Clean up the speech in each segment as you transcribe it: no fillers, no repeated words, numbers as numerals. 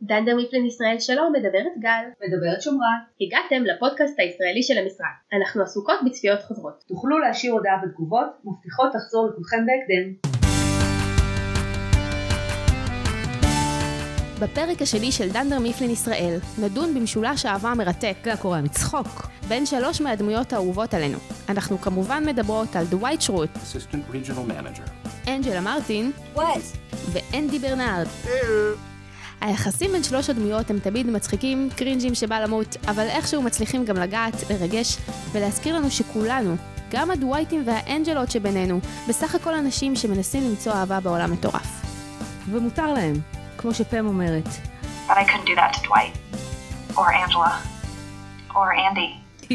דנדר מיפלן ישראל שלום, מדברת גל. מדברת שומרת. הגעתם לפודקאסט הישראלי של המשרד. אנחנו עסוקות בצפיות חוזרות. תוכלו להשאיר הודעה בתגובות, מבטיחות לחזור לכולכם בהקדם. בפרק השני של דנדר מיפלן ישראל נדון במשולש האהבה המרתק והקורע מצחוק בין 3 מהדמויות האהובות עלינו. אנחנו כמובן מדברות על דווייט שרוט, Assistant Regional Manager. אנג'לה מרטין ואנדי ברנארד. היחסים בין 3 הדמויות הם תמיד מצחיקים, קרינג'ים שבא למות, אבל איכשהו מצליחים גם לגעת, לרגש ולהזכיר לנו שכולנו, גם הדווייטים והאנג'לות שבינינו, בסך הכל אנשים שמנסים למצוא אהבה בעולם מטורף. ומותר להם, כמו שפם אומרת. But I couldn't do that to Dwight, or Angela, or Andy.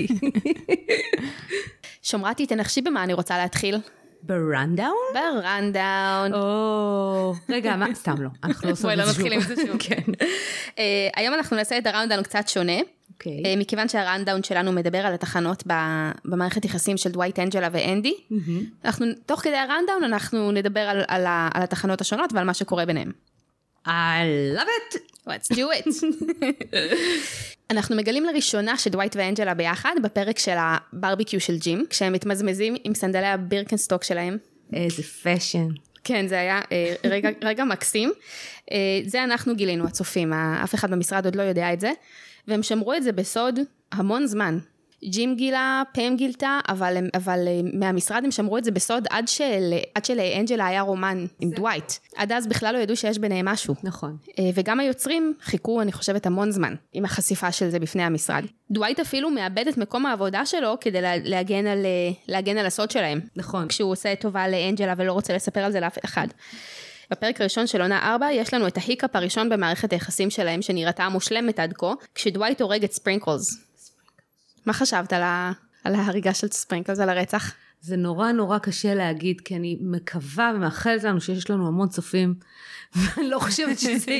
שומרתי, תנחשי במה אני רוצה להתחיל? ברנדאון? ברנדאון. רגע, מה? סתם לא. אנחנו לא עושים את זה שוב. בואי, לא נתחיל עם זה שוב. כן. היום אנחנו נעשה את הרנדאון קצת שונה. אוקיי. מכיוון שהרנדאון שלנו מדבר על התחנות במערכת יחסים של דווייט, אנג'לה ואנדי. אנחנו, תוך כדי הרנדאון, אנחנו נדבר על התחנות השונות ועל מה שקורה ביניהם. I love it. Let's do it. אנחנו מגלים לראשונה שדווייט ואנג'לה ביחד בפרק של הברביקיו של ג'ים, כשהם מתמזמזים עם סנדלי הבירקנסטוק שלהם. איזה פשן. כן, זה היה רגע מקסים. זה אנחנו גילינו, הצופים, אף אחד במשרד עוד לא יודע את זה, והם שמרו את זה בסוד המון זמן. ג'ים גילה, פם גילתה, אבל מהמשרד הם שמרו את זה בסוד עד שלאנג'לה היה רומן עם דווייט. עד אז בכלל לא ידעו שיש ביניהם משהו. נכון. וגם היוצרים חיכו, אני חושבת, המון זמן עם החשיפה של זה בפני המשרד. דווייט אפילו מאבד את מקום העבודה שלו כדי להגן על הסוד שלהם. נכון. כשהוא עושה טובה לאנג'לה ולא רוצה לספר על זה לאף אחד. בפרק הראשון של עונה 4 יש לנו את ההיקאפ הראשון במערכת היחסים שלהם שנראתה מושלמת עד כה, כשדווייט הורג את ספרינקלס. מה חשבת על ההריגה של ספרינקלס, על הרצח? זה נורא נורא קשה להגיד, כי אני מקווה ומאחלת לנו שיש לנו המון צופים, ואני לא חושבת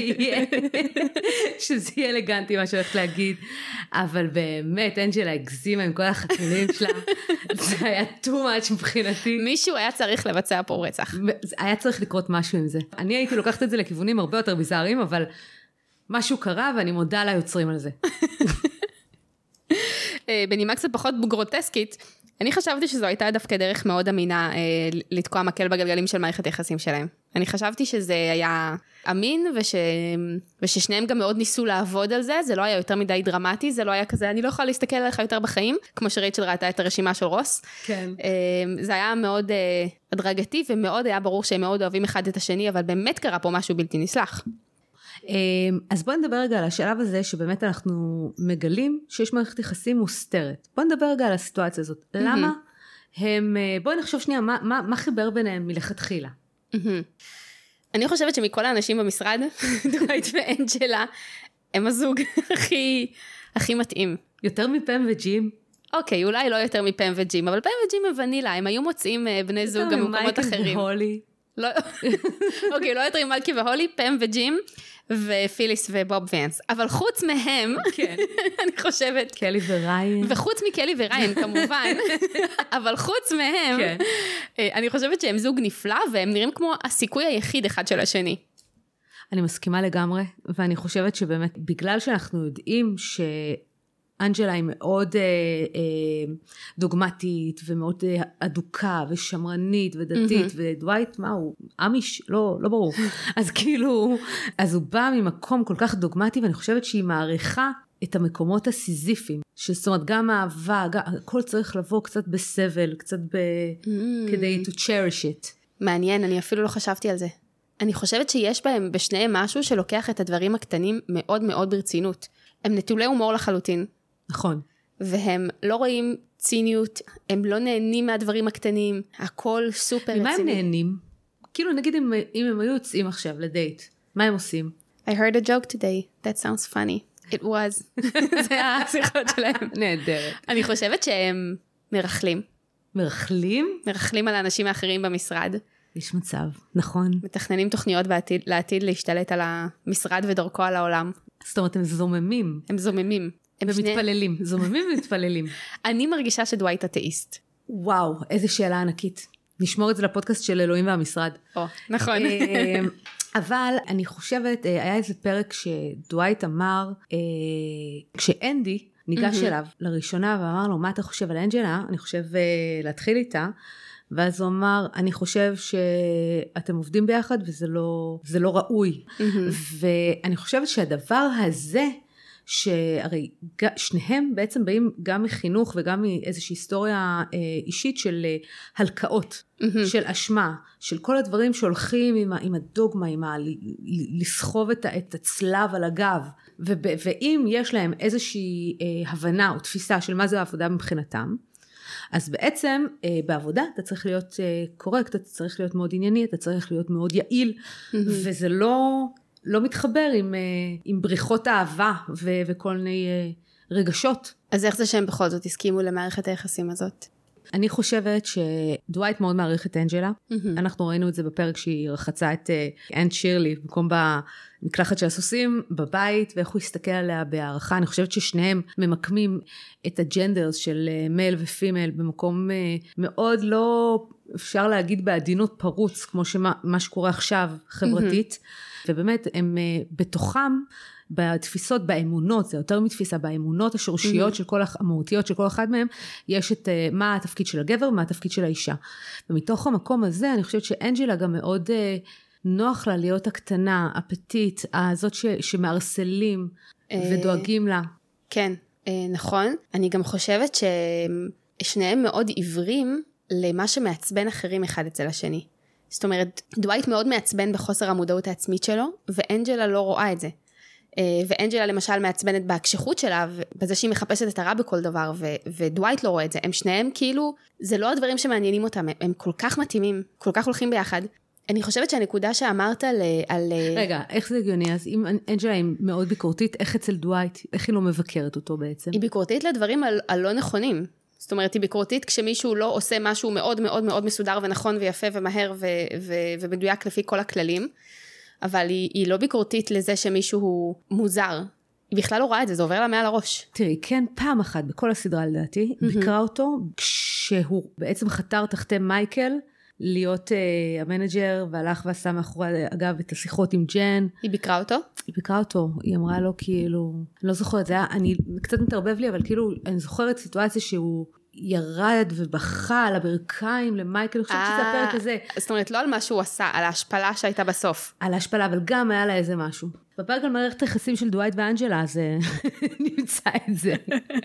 שזה יהיה אלגנטי מה שהולכת להגיד, אבל באמת, אנג'לה הגזימה עם כל החתולים שלה, זה היה too much מבחינתי. מישהו היה צריך לבצע פה רצח. היה צריך לקרות משהו עם זה. אני הייתי לוקחת את זה לכיוונים הרבה יותר ביזאריים, אבל משהו קרה ואני מודה ליוצרים על זה. בנימה קצת פחות גרוטסקית, אני חשבתי שזו הייתה דווקא דרך מאוד אמינה לתקוע מקל בגלגלים של מערכת היחסים שלהם. אני חשבתי שזה היה אמין, וששניהם גם מאוד ניסו לעבוד על זה, זה לא היה יותר מדי דרמטי, זה לא היה כזה, אני לא יכולה להסתכל עליך יותר בחיים, כמו שרייצ'ל ראתה את הרשימה של רוס. כן. זה היה מאוד הדרגתי, ומאוד היה ברור שהם מאוד אוהבים אחד את השני, אבל באמת קרה פה משהו בלתי נסלח. אז בואו נדבר רגע על השלב הזה שבאמת אנחנו מגלים שיש מערכת יחסים מוסתרת. בואו נדבר רגע על הסיטואציה הזאת. למה הם, בואו נחשוב שנייה, מה חיבר ביניהם מלכתחילה? אני חושבת שמכל האנשים במשרד, דווייט ואנג'לה, הם הזוג הכי מתאים. יותר מפם וג'ים? אוקיי, אולי לא יותר מפם וג'ים, אבל פם וג'ים הם ונילה, הם היו מוצאים בני זוג גם במקומות אחרים. יותר ממיייקל והולי. אוקיי, לא יותר עם מלכי והולי, פם וג'ים, ופיליס ובוב ונס. אבל חוץ מהם, אני חושבת... קלי וריין. וחוץ מקלי וריין, כמובן. אבל חוץ מהם, אני חושבת שהם זוג נפלא, והם נראים כמו הסיכוי היחיד אחד של השני. אני מסכימה לגמרי, ואני חושבת שבאמת, בגלל שאנחנו יודעים אנג'לה היא מאוד דוגמטית ומאוד אדוקה ושמרנית ודתית, ודווייט, מה הוא? אמיש? לא ברור. אז כאילו, אז הוא בא ממקום כל כך דוגמטי, ואני חושבת שהיא מעריכה את המקומות הסיזיפיים, זאת אומרת, גם האהבה, הכל צריך לבוא קצת בסבל, קצת כדי to cherish it. מעניין, אני אפילו לא חשבתי על זה. אני חושבת שיש בהם בשניהם משהו שלוקח את הדברים הקטנים מאוד מאוד ברצינות. הם נטולי הומור לחלוטין. נכון. והם לא רואים ציניות, הם לא נהנים מהדברים הקטנים, הכל סופר רציני. ממה הם נהנים? כאילו נגיד אם הם היו יוצאים עכשיו לדייט, מה הם עושים? I heard a joke today, that sounds funny. It was. זה השיחות שלהם. נהדרת. אני חושבת שהם מרחלים. מרחלים? מרחלים על האנשים האחרים במשרד. יש מצב, נכון. מתכננים תוכניות לעתיד להשתלט על המשרד ודרכו על העולם. זאת אומרת, הם זוממים. הם זוממים. ומתפללים, זוממים ומתפללים. אני מרגישה שדווייט אתאיסט. וואו, איזה שאלה ענקית. נשמור את זה לפודקאסט של אלוהים והמשרד. נכון. אבל אני חושבת, היה איזה פרק שדווייט אמר, כשאנדי ניגש אליו לראשונה ואמר לו, מה אתה חושב על אנג'לה? אני חושב להתחיל איתה. ואז הוא אמר, אני חושב שאתם עובדים ביחד וזה לא ראוי. ואני חושבת שהדבר הזה, שהרי שניהם בעצם באים גם מחינוך וגם מאיזושהי היסטוריה אישית של הלקאות, של אשמה, של כל הדברים שהולכים עם הדוגמה, עם לסחוב את הצלב על הגב, ואם יש להם איזושהי הבנה או תפיסה של מה זה העבודה מבחינתם, אז בעצם בעבודה אתה צריך להיות קורקט, אתה צריך להיות מאוד ענייני, אתה צריך להיות מאוד יעיל, וזה לא מתחבר עם בריחות אהבה וכל מיני רגשות. אז איך זה שהם בכל זאת הסכימו למערכת היחסים הזאת? אני חושבת שדווייט מאוד מעריך את אנג'לה. אנחנו ראינו את זה בפרק שהיא רחצה את אנט שירלי, במקום במקלחת של הסוסים, בבית, ואיך הוא הסתכל עליה בהערכה. אני חושבת ששניהם ממקמים את הג'נדרס של מייל ופימייל, במקום מאוד לא, אפשר להגיד בעדינות פרוץ, כמו מה שקורה עכשיו חברתית. ובאמת הם בתוכם, בתפיסות, באמונות, זה יותר מתפיסה, באמונות השורשיות של כל המהותיות של כל אחד מהם, יש את מה התפקיד של הגבר ומה התפקיד של האישה. ומתוך המקום הזה, אני חושבת שאנג'לה גם מאוד נוח לה להיות הקטנה, הפטית, הזאת שמארסלים ודואגים לה. כן, נכון. אני גם חושבת ששניהם מאוד עיוורים למה שמעצבן אחרים אחד אצל השני. זאת אומרת, דווייט מאוד מעצבן בחוסר המודעות העצמית שלו, ואנג'לה לא רואה את זה. ואנג'לה למשל מעצבנת בהקשחות שלה, בזה שהיא מחפשת את הרע בכל דבר, ודווייט לא רואה את זה. הם שניהם כאילו, זה לא הדברים שמעניינים אותם, הם כל כך מתאימים, כל כך הולכים ביחד. אני חושבת שהנקודה שאמרת על... רגע, איך זה הגיוני? אז אם אנג'לה היא מאוד ביקורתית, איך אצל דווייט, איך היא לא מבקרת אותו בעצם? היא ביקורתית לדברים הלא נכונים. זאת אומרת, היא ביקורתית כשמישהו לא עושה משהו מאוד מאוד מאוד מסודר ונכון ויפה ומהר ומדויק לפי כל הכללים, אבל היא לא ביקורתית לזה שמישהו הוא מוזר. היא בכלל לא רואה את זה, זה עובר לה מעל הראש. תראי, כן, פעם אחת בכל הסדרה לדעתי, ביקרה אותו כשהוא בעצם חתר תחתי מייקל, להיות המנג'ר, והלך ועשה מאחורי אגב את השיחות עם ג'ן. היא ביקרה אותו? היא ביקרה אותו, היא אמרה לו כאילו, אני לא זוכרת, זה היה, אני קצת מתערבב לי, אבל כאילו, אני זוכרת סיטואציה שהוא ירד ובכה על הברכיים למייקל, אני חושבת שזה הפרק הזה. זאת אומרת, לא על מה שהוא עשה, על ההשפלה שהייתה בסוף. על ההשפלה, אבל גם היה לה איזה משהו. בפרק על מערכת היחסים של דווייט ואנג'לה, אז נמצא את זה.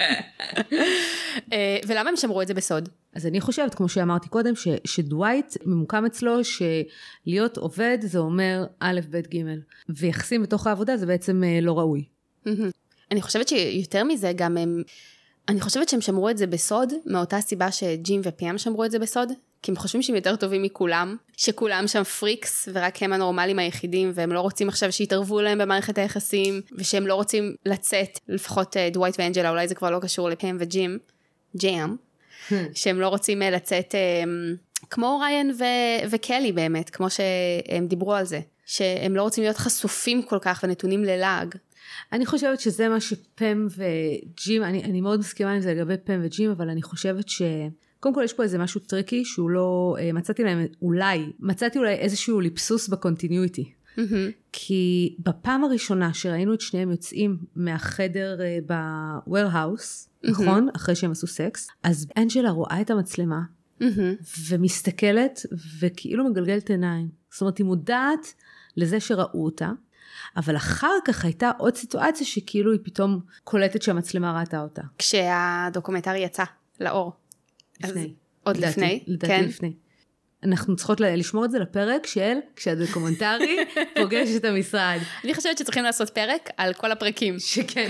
ולמה הם שמרו את זה בסוד? אז אני חושבת, כמו שאמרתי קודם, שדווייט ממוקם אצלו, שלהיות עובד זה אומר א', ב', ג', ויחסים בתוך העבודה זה בעצם לא ראוי. אני חושבת שיותר מזה גם הם... אני חושבת שהם שמרו את זה בסוד, מאותה סיבה שג'ים ופים שמרו את זה בסוד, כי הם חושבים שהם יותר טובים מכולם, שכולם שם פריקס, ורק הם הנורמלים היחידים, והם לא רוצים עכשיו שיתערבו להם במערכת היחסים, ושהם לא רוצים לצאת, לפחות דווייט ואנג'לה, אולי זה כבר לא קשור לפים וג'ים, שהם לא רוצים לצאת, כמו ריין וקלי באמת, כמו שהם דיברו על זה, שהם לא רוצים להיות חשופים כל כך ונתונים ללעג. אני חושבת שזה מה שפם וג'ים, אני מאוד מסכימה עם זה לגבי פם וג'ים, אבל אני חושבת קודם כל יש פה איזה משהו טריקי, שהוא לא, מצאתי אולי איזשהו ליפסוס בקונטיניויטי. כי בפעם הראשונה שראינו את שניהם יוצאים מהחדר בווירהאוס, נכון? אחרי שהם עשו סקס, אז אנג'לה רואה את המצלמה, ומסתכלת, וכאילו מגלגלת עיניים. זאת אומרת, היא מודעת לזה שראו אותה, אבל אחר כך הייתה עוד סיטואציה שכאילו היא פתאום קולטת שהמצלמה ראתה אותה. כשהדוקומנטרי יצא לאור. לפני. עוד לפני? לדעתי לפני. אנחנו צריכות לשמור את זה לפרק של כשהדוקומנטרי פוגש את המשרד. אני חושבת שצריכים לעשות פרק על כל הפרקים. שכן.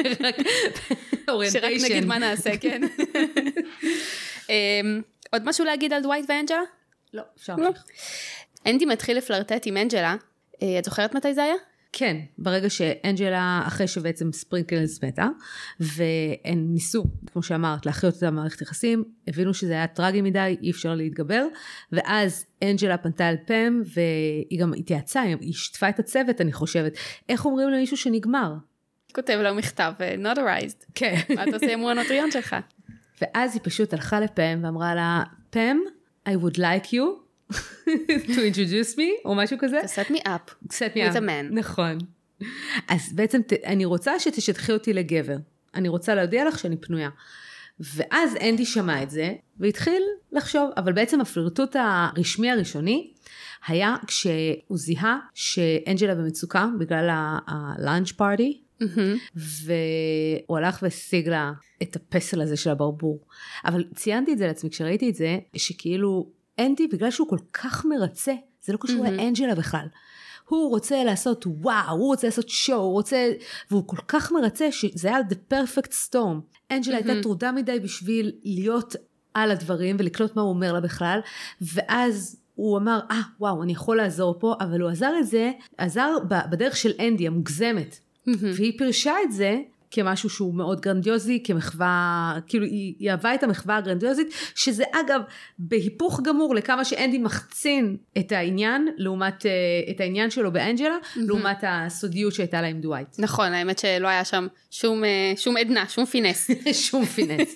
שרק נגיד מה נעשה, כן. עוד משהו להגיד על דווייט ואנג'לה? לא, אפשר להמשיך. אנדי מתחיל לפלרטט עם אנג'לה. את זוכרת מתי זה היה? כן, ברגע שאנג'לה, אחרי שבעצם ספרינקלס מתה, והם ניסו, כמו שאמרת, להחיות אותה במערכת יחסים, הבינו שזה היה טרגי מדי, אי אפשר להתגבר, ואז אנג'לה פנתה על פם, והיא גם התייעצה, היא שטפה את הצוות, אני חושבת, איך אומרים למישהו שנגמר? כותב לו מכתב, notarized. כן. מה אתה עושה עם הנוטריון שלך? ואז היא פשוט הלכה לפם, ואמרה לה, פם, I would like you to introduce me, או משהו כזה. To set me up. set me with up. a man. נכון. אז בעצם אני רוצה שתשטחי אותי לגבר. אני רוצה להודיע לך שאני פנויה. ואז אנדי שמע את זה, והתחיל לחשוב, אבל בעצם הפלרטוט הרשמי הראשוני, היה כשהוא זיהה שאנג'לה במצוקה, בגלל הלאנץ' פארטי, והוא הלך והשיג לה את הפסל הזה של הברבור. אבל ציינתי את זה לעצמי, כשראיתי את זה, שכאילו אנדי, בגלל שהוא כל כך מרצה, זה לא קשור לאנג'לה בכלל. הוא רוצה לעשות וואו, הוא רוצה לעשות שואו, הוא רוצה, והוא כל כך מרצה שזה היה the perfect storm. אנג'לה הייתה טרודה מדי בשביל להיות על הדברים ולקלוט מה הוא אומר לה בכלל, ואז הוא אמר, וואו, אני יכול לעזור פה, אבל הוא עזר בדרך של אנדי, המוגזמת. והיא פירשה את זה כמשהו שהוא מאוד גרנדיוזי, כמחווה, כאילו היא אהבה את המחווה הגרנדיוזית, שזה אגב בהיפוך גמור לכמה שאנדי מחצין את העניין, לעומת את העניין שלו באנג'לה, לעומת הסודיות שהייתה לה עם דווייט. נכון, האמת שלא היה שם שום עדנה, שום פינס. שום פינס.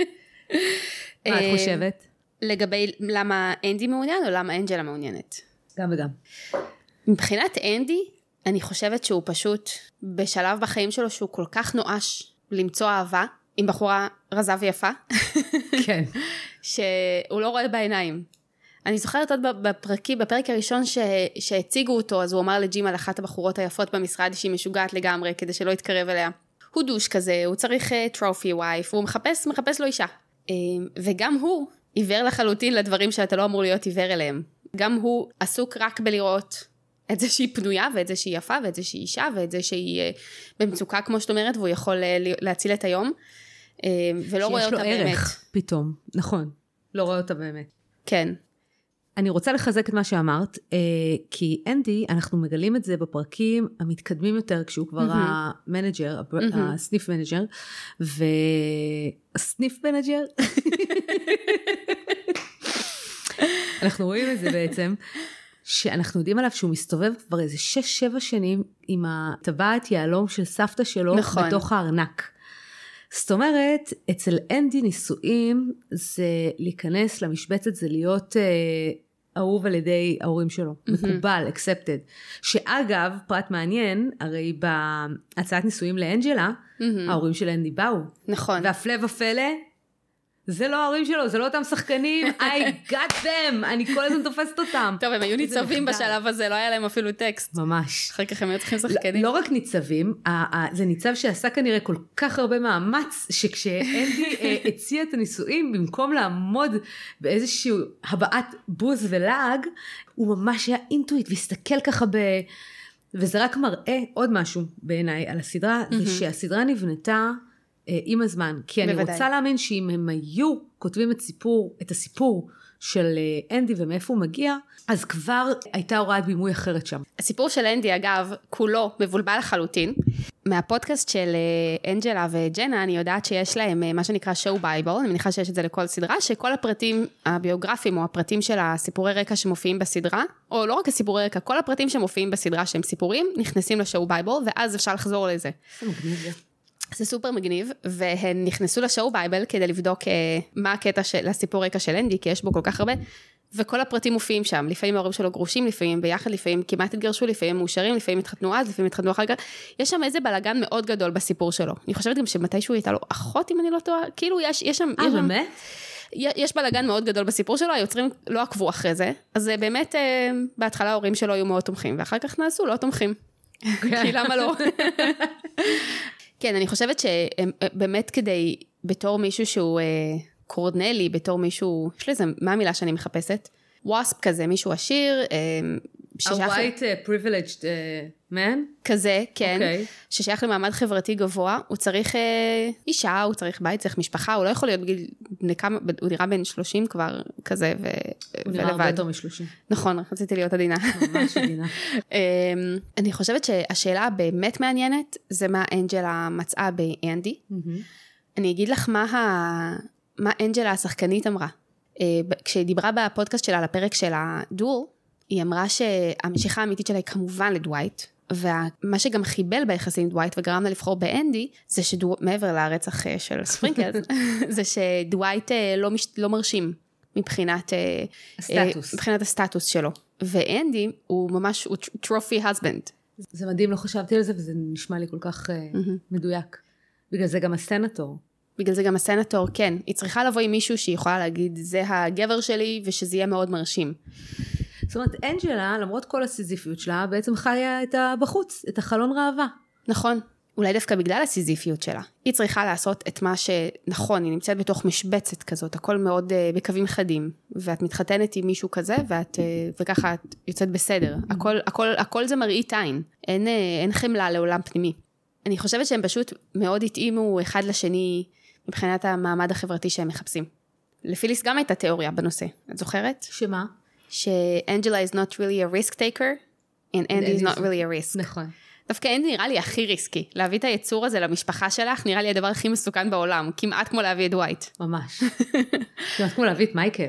מה את חושבת? לגבי למה אנדי מעוניין או למה אנג'לה מעוניינת? גם וגם. מבחינת אנדי, אני חושבת שהוא פשוט בשלב בחיים שלו שהוא כל כך נואש למצוא אהבה עם בחורה רזה ויפה. כן. שהוא לא רואה בעיניים. אני זוכרת עוד בפרק הראשון שהציגו אותו, אז הוא אמר לג'ים על אחת הבחורות היפות במשרד שהיא משוגעת לגמרי כדי שלא יתקרב אליה. הוא דוש כזה, הוא צריך טרופי וייף, הוא מחפש לו אישה. וגם הוא עיוור לחלוטין לדברים שאתה לא אמור להיות עיוור אליהם. גם הוא עסוק רק בלראות את זה שהיא פנויה, ואת זה שהיא יפה, ואת זה שהיא אישה, ואת זה שהיא במצוקה, כמו שאת אומרת, והוא יכול להציל את היום, ולא רואה אותה באמת. שיש לו ערך, פתאום, נכון, לא רואה אותה באמת. כן. אני רוצה לחזק את מה שאמרת, כי אנדי, אנחנו מגלים את זה בפרקים המתקדמים יותר, כשהוא כבר המנג'ר, הסניף מנג'ר, הסניף מנג'ר, אנחנו רואים את זה בעצם, שאנחנו יודעים עליו שהוא מסתובב כבר איזה 6-7 שנים עם הטבעת יעלום של סבתא שלו נכון. בתוך הארנק. זאת אומרת, אצל אנדי נישואים זה להיכנס למשבצת, זה להיות אהוב על ידי ההורים שלו, מקובל, accepted. שאגב, פרט מעניין, הרי בהצעת נישואים לאנג'לה, ההורים של אנדי באו. נכון. והפלא ופלא, זה לא ההורים שלו, זה לא אותם שחקנים, I got them, אני כל הזמן תופסת אותם. טוב, הם היו ניצבים בשלב הזה, לא היה להם אפילו טקסט. ממש. אחר כך הם היו צריכים שחקנים. לא רק ניצבים, זה ניצב שעשה כנראה כל כך הרבה מאמץ, שכשאנדי הציע את הנישואים, במקום לעמוד באיזשהו הבעת בוז ולעג, הוא ממש היה אינטואיט, והסתכל ככה וזה רק מראה עוד משהו בעיניי על הסדרה, זה שהסדרה נבנתה, עם הזמן, כי אני רוצה להאמין שאם הם היו כותבים את הסיפור של אנדי ומאיפה הוא מגיע, אז כבר הייתה הוראת בימוי אחרת שם. הסיפור של אנדי אגב, כולו מבולבל לחלוטין. מהפודקאסט של אנג'לה וג'נה, אני יודעת שיש להם מה שנקרא show bible, אני מניחה שיש את זה לכל סדרה, שכל הפרטים הביוגרפיים או הפרטים של הסיפורי רקע שמופיעים בסדרה, או לא רק הסיפורי רקע, כל הפרטים שמופיעים בסדרה שהם סיפורים, נכנסים לשואו בייבל, ואז אפשר לחזור לזה. זה מגניב זה. זה סופר מגניב, והן נכנסו לשואו בייבל כדי לבדוק מה הקטע של הסיפור רקע של אנדי, כי יש בו כל כך הרבה, וכל הפרטים מופיעים שם, לפעמים ההורים שלו גרושים, לפעמים ביחד, לפעמים כמעט התגרשו, לפעמים מאושרים, לפעמים התחתנו אז, לפעמים התחתנו אחר כך, יש שם איזה בלגן מאוד גדול בסיפור שלו, אני חושבת גם שמתישהו הייתה לו אחות, אם אני לא טועה, כאילו יש שם, באמת? יש בלגן מאוד גדול בסיפור שלו, היוצרים לא עקבו אחרי זה, אז באמת בהתחלה ההורים שלו היו מאוד תומכים, ואחר כך נעשו לא תומכים, כי למה לא? כן, אני חושבת שבאמת כדי, בתור מישהו שהוא קורנלי, בתור מישהו, יש לזה, מה המילה שאני מחפשת? ווספ כזה, מישהו עשיר. A white privileged man? כזה, כן. ששייך למעמד חברתי גבוה, הוא צריך אישה, הוא צריך בית, צריך משפחה, הוא לא יכול להיות בגיל, הוא נראה בין 30 כבר כזה, הוא נראה הרבה יותר מ-30. נכון, רציתי להיות עדינה. ממש עדינה. אני חושבת שהשאלה הבאמת מעניינת, זה מה אנג'לה מצאה באנדי. אני אגיד לך מה אנג'לה השחקנית אמרה. כשהיא דיברה בפודקאסט שלה, לפרק של הדול, היא אמרה שהמשיכה האמיתית שלה היא כמובן לדווייט, ומה שגם חיבל ביחסים עם דווייט וגרם לה לבחור באנדי, זה מעבר לרצח של ספרינקלס, זה שדווייט לא מרשים מבחינת הסטטוס. מבחינת הסטטוס שלו. ואנדי הוא ממש, הוא טרופי הסבנד. זה מדהים, לא חשבתי על זה, וזה נשמע לי כל כך מדויק. בגלל זה גם הסנטור. בגלל זה גם הסנטור, כן. היא צריכה לבוא עם מישהו שהיא יכולה להגיד, זה הגבר שלי, ושזה יהיה מאוד מרשים. זאת אומרת, אנג'לה, למרות כל הסיזיפיות שלה, בעצם חיה את בחוץ, את החלון ראווה. נכון. אולי דווקא בגלל הסיזיפיות שלה. היא צריכה לעשות את מה שנכון, היא נמצאת בתוך משבצת כזאת, הכל מאוד בקווים חדים, ואת מתחתנת עם מישהו כזה, וככה את יוצאת בסדר. הכל זה מראית עין. אין חמלה לעולם פנימי. אני חושבת שהם פשוט מאוד התאימו אחד לשני, מבחינת המעמד החברתי שהם מחפשים. לפיליס גם הייתה תיאוריה בנושא, את זוכרת? שמה? שאנג'לה is not really a risk taker, and Andy is not really a risk. נכון. דווקא אנדי נראה לי הכי ריסקי. להביא את היצור הזה למשפחה שלך, נראה לי הדבר הכי מסוכן בעולם, כמעט כמו להביא את דווייט. ממש. כמעט כמו להביא את מייקל.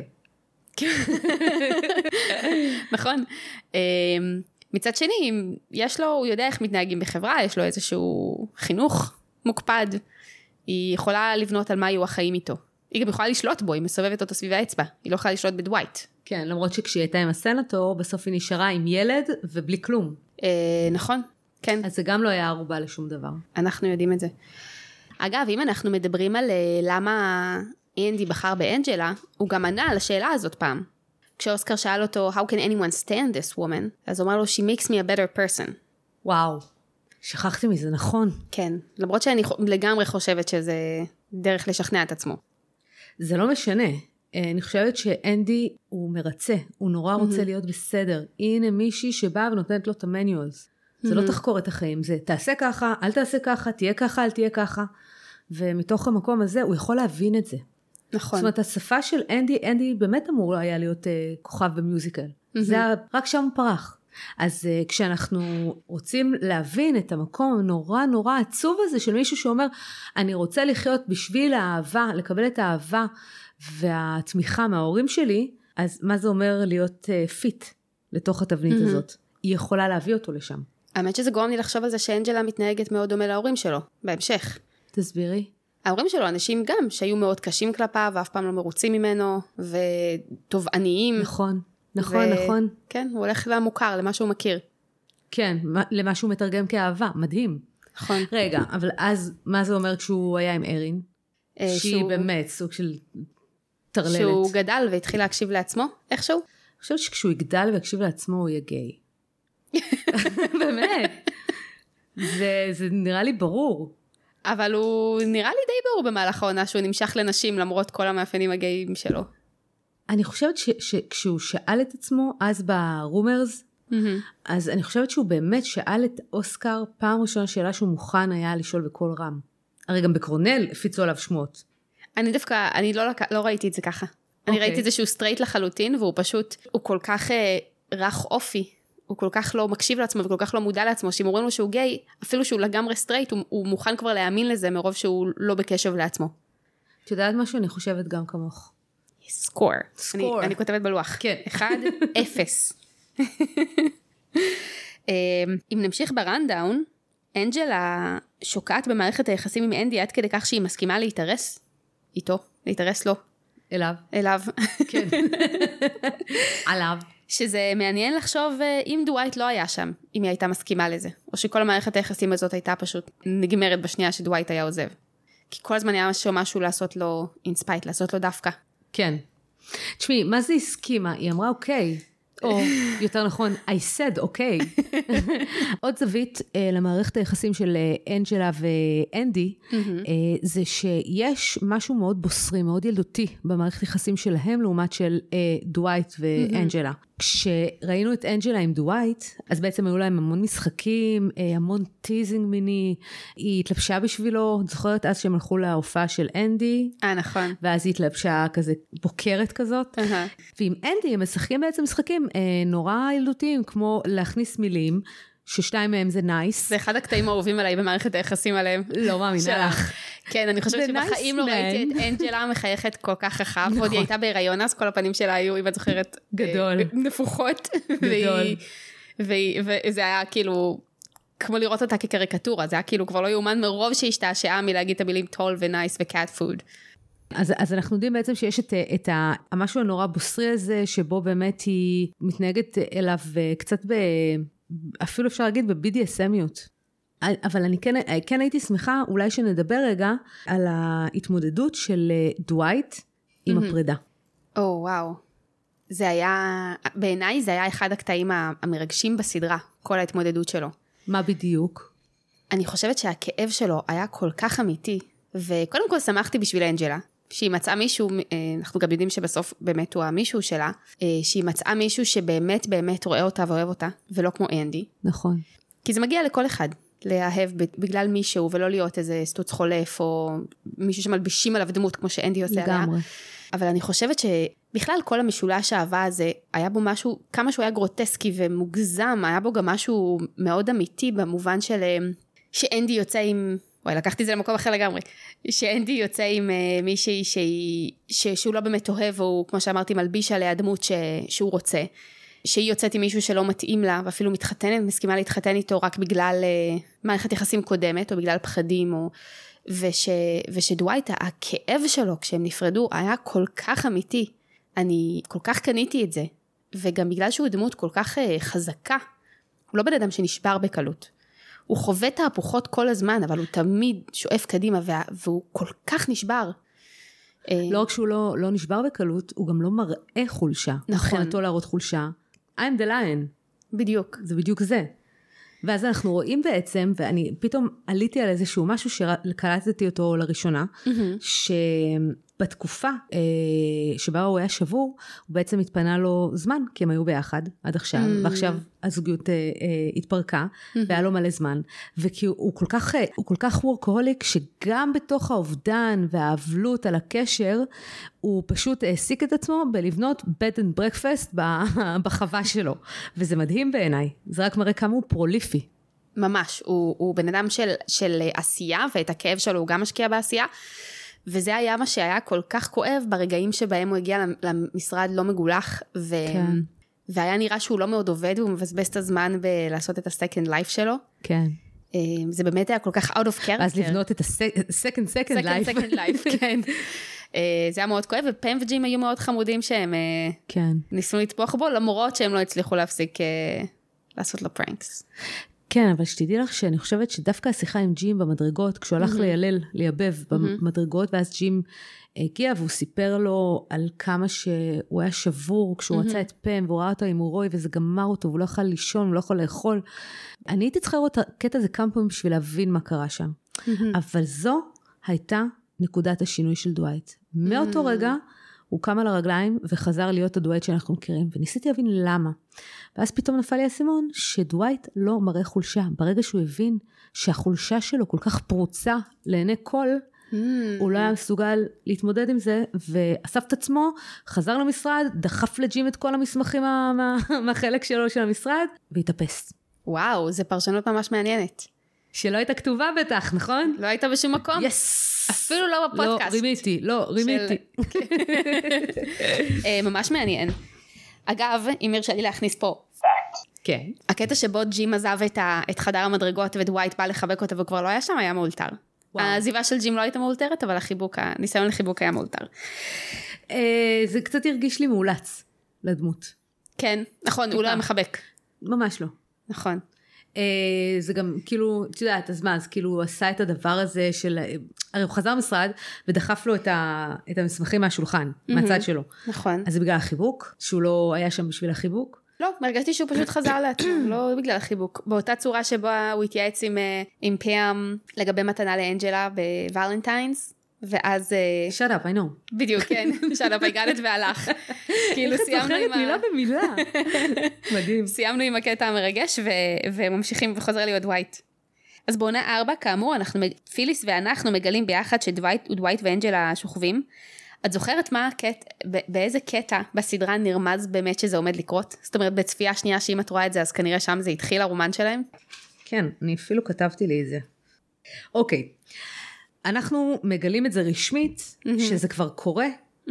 נכון. מצד שני, יש לו, הוא יודע איך מתנהגים בחברה, יש לו איזשהו חינוך מוקפד, היא יכולה לבנות על מה יהיו החיים איתו. היא גם יכולה לשלוט בו, היא מסובבת אותו סביב האצבע, היא לא יכולה לשלוט בדווייט. כן, למרות שכשהיא הייתה עם הסנטור, בסוף היא נשארה עם ילד ובלי כלום. נכון, כן. אז זה גם לא היה ערובה לשום דבר. אנחנו יודעים את זה. אגב, אם אנחנו מדברים על למה אנדי בחר באנג'לה, הוא גם ענה על השאלה הזאת פעם. כשאוסקר שאל אותו, how can anyone stand this woman? אז הוא אמר לו, she makes me a better person. וואו, שכחתי מזה, נכון. כן, למרות שאני לגמרי חושבת שזה דרך לשכנע את עצמו. זה לא משנה. אני חושבת שאנדי הוא מרצה, הוא נורא רוצה להיות בסדר. הנה מישהי שבאה ונותנת לו את המניואלס. זה לא תחקור את החיים, זה תעשה ככה, אל תעשה ככה, תהיה ככה, אל תהיה ככה. ומתוך המקום הזה הוא יכול להבין את זה. נכון. זאת אומרת, השפה של אנדי באמת אמור היה להיות כוכב במיוזיקל. זה רק שם הוא פרח. אז כשאנחנו רוצים להבין את המקום נורא נורא עצוב הזה של מישהו שאומר, אני רוצה לחיות בשביל האהבה, לקבל את האהבה והתמיכה מההורים שלי, אז מה זה אומר להיות פיט לתוך התבנית הזאת? היא יכולה להביא אותו לשם. האמת שזה גורם לי לחשוב על זה שאנג'לה מתנהגת מאוד דומה להורים שלו, בהמשך. תסבירי. ההורים שלו, אנשים גם שהיו מאוד קשים כלפיו, ואף פעם לא מרוצים ממנו, וטובעניים. נכון, נכון. כן, הוא הולך למוכר, למה שהוא מכיר. כן, למה שהוא מתרגם כאהבה, מדהים. נכון. רגע, אבל אז מה זה אומר כשהוא היה עם ארין? שהיא באמת סוג של טרללת. שהוא גדל והתחיל להקשיב לעצמו, איכשהו? אני חושבת שכשהוא יגדל ויקשיב לעצמו הוא יהיה גיי. באמת. זה נראה לי ברור. אבל הוא נראה לי די ברור במהלך העונה שהוא נמשך לנשים למרות כל המאפיינים הגאים שלו. אני חושבת שכשהוא שאל את עצמו אז ברומרס, אז אני חושבת שהוא באמת שאל את אוסקר פעם ראשונה שאלה שהוא מוכן היה לשאול בכל רם. הרי גם בקרונל הפיצו עליו שמות. אני דווקא, אני לא ראיתי את זה ככה. אני ראיתי את זה שהוא סטרייט לחלוטין והוא פשוט, הוא כל כך רך אופי. הוא כל כך לא מקשיב לעצמו וכל כך לא מודע לעצמו, שאם אומרים לו שהוא גיי, אפילו שהוא לגמרי סטרייט, הוא מוכן כבר להאמין לזה מרוב שהוא לא בקשב לעצמו. את יודעת משהו? אני חושבת גם כמוך. סקור. אני כותבת בלוח. כן. 1-0. אם נמשיך ברנדאון, אנג'לה שוקעת במערכת היחסים עם אנדי עד כדי כך שהיא מסכימה להתארס איתו, להתארס לו. אליו. כן. עליו. שזה מעניין לחשוב אם דווייט לא היה שם, אם היא הייתה מסכימה לזה, או שכל המערכת היחסים הזאת הייתה פשוט נגמרת בשנייה שדווייט היה עוזב. כי כל הזמן היה משהו לעשות לו אינספייט, לעשות לו דווקא. כן. תשמעי, מה זה הסכימה? היא אמרה אוקיי, או יותר נכון, I said אוקיי. עוד זווית למערכת היחסים של אנג'לה ואנדי, זה שיש משהו מאוד בוסרי, מאוד ילדותי במערכת היחסים שלהם, לעומת של דווייט ואנג'לה. כשראינו את אנג'לה עם דווייט, אז בעצם היו להם המון משחקים, המון טיזינג מיני, היא התלבשה בשבילו, זוכרת אז שהם הלכו להופעה של אנדי, נכון. ואז היא התלבשה כזה בוקרת כזאת, ועם אנדי הם משחקים בעצם משחקים נורא ילדותיים, כמו להכניס מילים, ששתיים מהם זה נייס. זה אחד הקטעים האהובים עליי במערכת היחסים עליהם. לא מאמינה לך. כן, אני חושבת שבחיים לא ראיתי את אנג'לה מחייכת כל כך חכם, ועוד היא הייתה בהיריון, אז כל הפנים שלה היו, אם את זוכרת, נפוחות. גדול. וזה היה כאילו, כמו לראות אותה כקריקטורה, זה היה כאילו כבר לא יאומן מרוב שהשתעשעה מלהגיד את המילים טול ונייס וקאט פוד. אז אנחנו יודעים בעצם שיש את המשהו הנורא בוסרי הזה, שבו באמת היא מתנהגת אליו קצת אפילו אפשר להגיד ב-BDSMיות. אבל אני כן הייתי שמחה, אולי שנדבר רגע, על ההתמודדות של דווייט עם הפרידה. וואו. זה היה, בעיניי זה היה אחד הקטעים המרגשים בסדרה, כל ההתמודדות שלו. מה בדיוק? אני חושבת שהכאב שלו היה כל כך אמיתי, וקודם כל שמחתי בשביל אנג'לה, שהיא מצאה מישהו, אנחנו גם יודעים שבסוף באמת הוא המישהו שלה, שהיא מצאה מישהו שבאמת באמת רואה אותה ואוהב אותה, ולא כמו אנדי. נכון. כי זה מגיע לכל אחד, להאהב בגלל מישהו, ולא להיות איזה סטוץ חולף, או מישהו שמלבישים עליו דמות, כמו שאנדי עושה עליה. לגמרי. אבל אני חושבת שבכלל כל המשולש האהבה הזה, היה בו משהו, כמה שהוא היה גרוטסקי ומוגזם, היה בו גם משהו מאוד אמיתי, במובן של שאנדי יוצא עם, וואי, לקחתי את זה למקום אחר לגמרי, שאנדי יוצא עם מישהי שהוא לא באמת אוהב, או כמו שאמרתי, מלביש עליה דמות שהוא רוצה, שהיא יוצאת עם מישהו שלא מתאים לה, ואפילו מתחתנת, מסכימה להתחתן איתו רק בגלל מערכת יחסים קודמת, או בגלל פחדים, ושדווייט, הכאב שלו כשהם נפרדו, היה כל כך אמיתי. אני כל כך קניתי את זה. וגם בגלל שהוא דמות כל כך חזקה, הוא לא בן אדם שנשבר בקלות. הוא חווה תהפוכות כל הזמן, אבל הוא תמיד שואף קדימה, והוא כל כך נשבר. לא רק שהוא לא נשבר בקלות, הוא גם לא מראה חולשה. נכון. מבחינתו להראות חולשה. I'm the lion. בדיוק. זה בדיוק זה. ואז אנחנו רואים בעצם, ואני פתאום עליתי על איזשהו משהו שקלטתי אותו לראשונה, שבתקופה שבה הוא היה שבור, הוא בעצם התפנה לו זמן, כי הם היו ביחד עד עכשיו, ועכשיו הזוגיות התפרקה, והיה לו מלא זמן, וכי הוא כל כך וורקהוליק, שגם בתוך האובדן והאבלות על הקשר, הוא פשוט העסיק את עצמו בלבנות bed and breakfast בחווה שלו. וזה מדהים בעיניי. זה רק מראה כמה הוא פרוליפי. ממש. הוא בן אדם של עשייה, ואת הכאב שלו הוא גם משקיע בעשייה. וזה היה מה שהיה כל כך כואב ברגעים שבהם הוא הגיע למשרד לא מגולח, והיה נראה שהוא לא מאוד עובד, והוא מבזבז את הזמן בלעשות את ה-second life שלו. כן. זה באמת היה כל כך out of character. אז לבנות את ה-second life. כן. זה היה מאוד כואב, ופם וג'ים היו מאוד חמודים שהם ניסו לתפוח בו, למרות שהם לא הצליחו להפסיק לעשות לו פרנקס. כן, אבל שתדעי לך שאני חושבת שדווקא השיחה עם ג'ים במדרגות, כשהוא הלך לייבב במדרגות, ואז ג'ים הגיע והוא סיפר לו על כמה שהוא היה שבור, כשהוא רצה את פם, והוא ראה אותו עם אורוי, וזה גמר אותו, והוא לא יכול לישון, הוא לא יכול לאכול. אני הייתי צריכה לראות את הקטע הזה כמה פעמים בשביל להבין מה קרה שם. אבל זו הייתה נקודת השינוי של דווייט. מאותו רגע, הוא קם על הרגליים וחזר להיות הדווייט שאנחנו מכירים, וניסיתי להבין למה. ואז פתאום נפל לי הסימון שדווייט לא מראה חולשה. ברגע שהוא הבין שהחולשה שלו כל כך פרוצה לעיני כל, הוא לא היה מסוגל להתמודד עם זה, ואסף את עצמו, חזר למשרד, דחף לג'ים את כל המסמכים מהחלק שלו של המשרד, והתאפס. וואו, זה פרשנות ממש מעניינת. שלא הייתה כתובה בטח, נכון? לא הייתה בשום מקום. אפילו לא בפודקאסט. לא, רימיתי. ממש מעניין. אגב, אם הרשה לי להכניס פה, כן. הקטע שבו ג'ים עזב את חדר המדרגות, ודווייט בא לחבק אותו וכבר לא היה שם, היה מאולתר. העזיבה של ג'ים לא הייתה מאולתרת, אבל הניסיון לחיבוק היה מאולתר. זה קצת הרגיש לי מאולץ לדמות. כן, נכון, הוא לא היה מחבק. ממש לא. נכון. זה גם כאילו, את יודעת, אז מה, אז כאילו הוא עשה את הדבר הזה של, הרי הוא חזר משרד ודחף לו את המסמכים מהשולחן, מהצד שלו. נכון. אז זה בגלל החיבוק, שהוא לא היה שם בשביל החיבוק? לא, הרגשתי שהוא פשוט חזר לעצמו, לא בגלל החיבוק. באותה צורה שבה הוא התייעץ עם פאם לגבי מתנה לאנג'לה בוולנטיינס, ואז... shut up, I know. בדיוק, כן. shut up, I got it והלך. כאילו סיימנו עם מילה במילה. מדהים. סיימנו עם הקטע המרגש, וממשיכים וחוזר להיות דווייט. אז בעונה 4, כאמור, פיליס ואנחנו מגלים ביחד שדווייט ואנג'לה שוכבים. את זוכרת מה באיזה קטע בסדרה נרמז באמת שזה עומד לקרות? זאת אומרת, בצפייה שנייה שאם את רואה את זה, אז כנראה שם זה התחיל הרומן שלהם? כן, אני אפילו כתבתי לי את זה. אוקיי. אנחנו מגלים את זה רשמית, שזה כבר קורה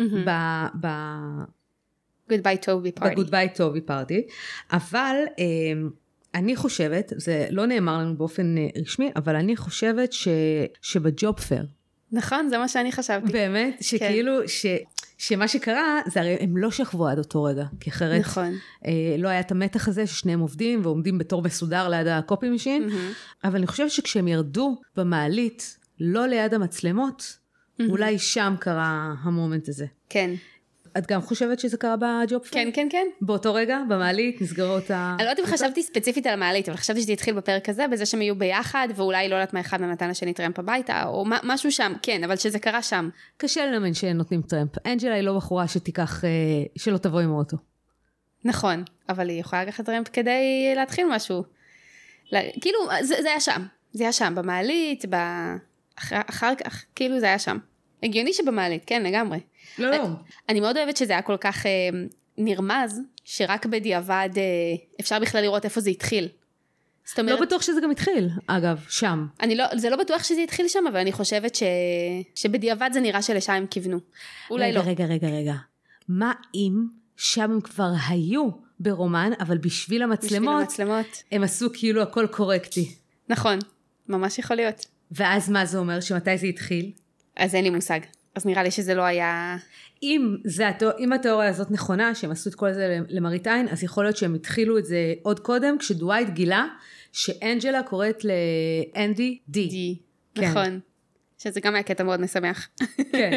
Goodbye Toby Party. ב-Goodbye Toby Party, אבל אני חושבת, זה לא נאמר לנו באופן רשמי, אבל אני חושבת שבג'וב פייר, נכון, זה מה שאני חשבתי. באמת, שכאילו, שמה שקרה, זה הרי הם לא שכבו עד אותו רגע, כי אחרת נכון. לא היה את המתח הזה ששניהם עובדים, ועומדים בתור מסודר ליד הקופי משין, אבל אני חושבת שכשהם ירדו במעלית, לא ליד המצלמות, אולי שם קרה המומנט הזה. כן. את גם חושבת שזה קרה בג'וב פייר? כן, כן, כן. באותו רגע, במעלית, נסגרות ה... אני לא יודעת אם חשבתי ספציפית על המעלית, אבל חשבתי שזה התחיל בפרק הזה, בזה שהם יהיו ביחד, ואולי לא יודעת מה אחד נתן לשני טרמפ הביתה, או משהו שם, כן, אבל שזה קרה שם. קשה להאמין שנותנים טרמפ. אנג'לה היא לא בחורה שתיקח, שלא תבוא עם האוטו. נכון, אבל היא יכולה לקחת טרמפ כדי להתחיל משהו. כאילו, זה היה שם. זה היה שם, במעלית, אחר כך, כאילו זה היה שם. הגיוני שבמעלית, כן, לגמרי. לא. אני מאוד אוהבת שזה היה כל כך נרמז, שרק בדיעבד אפשר בכלל לראות איפה זה התחיל. לא בטוח שזה גם התחיל, אגב, שם. זה לא בטוח שזה התחיל שם, אבל אני חושבת שבדיעבד זה נראה שלשם הם כיוונו. אולי לא. רגע. מה אם שם הם כבר היו ברומן, אבל בשביל המצלמות, הם עשו כאילו הכל קורקטי. נכון, ממש יכול להיות. ואז מה זה אומר? שמתי זה התחיל? אז אין לי מושג. אז נראה לי שזה לא היה... אם התיאוריה הזאת נכונה, שהם עשו את כל זה למראית עין, אז יכול להיות שהם התחילו את זה עוד קודם, כשדווייט גילה שאנג'לה קוראת לאנדי די. כן. נכון. שזה גם היה קטע מאוד משמח. כן.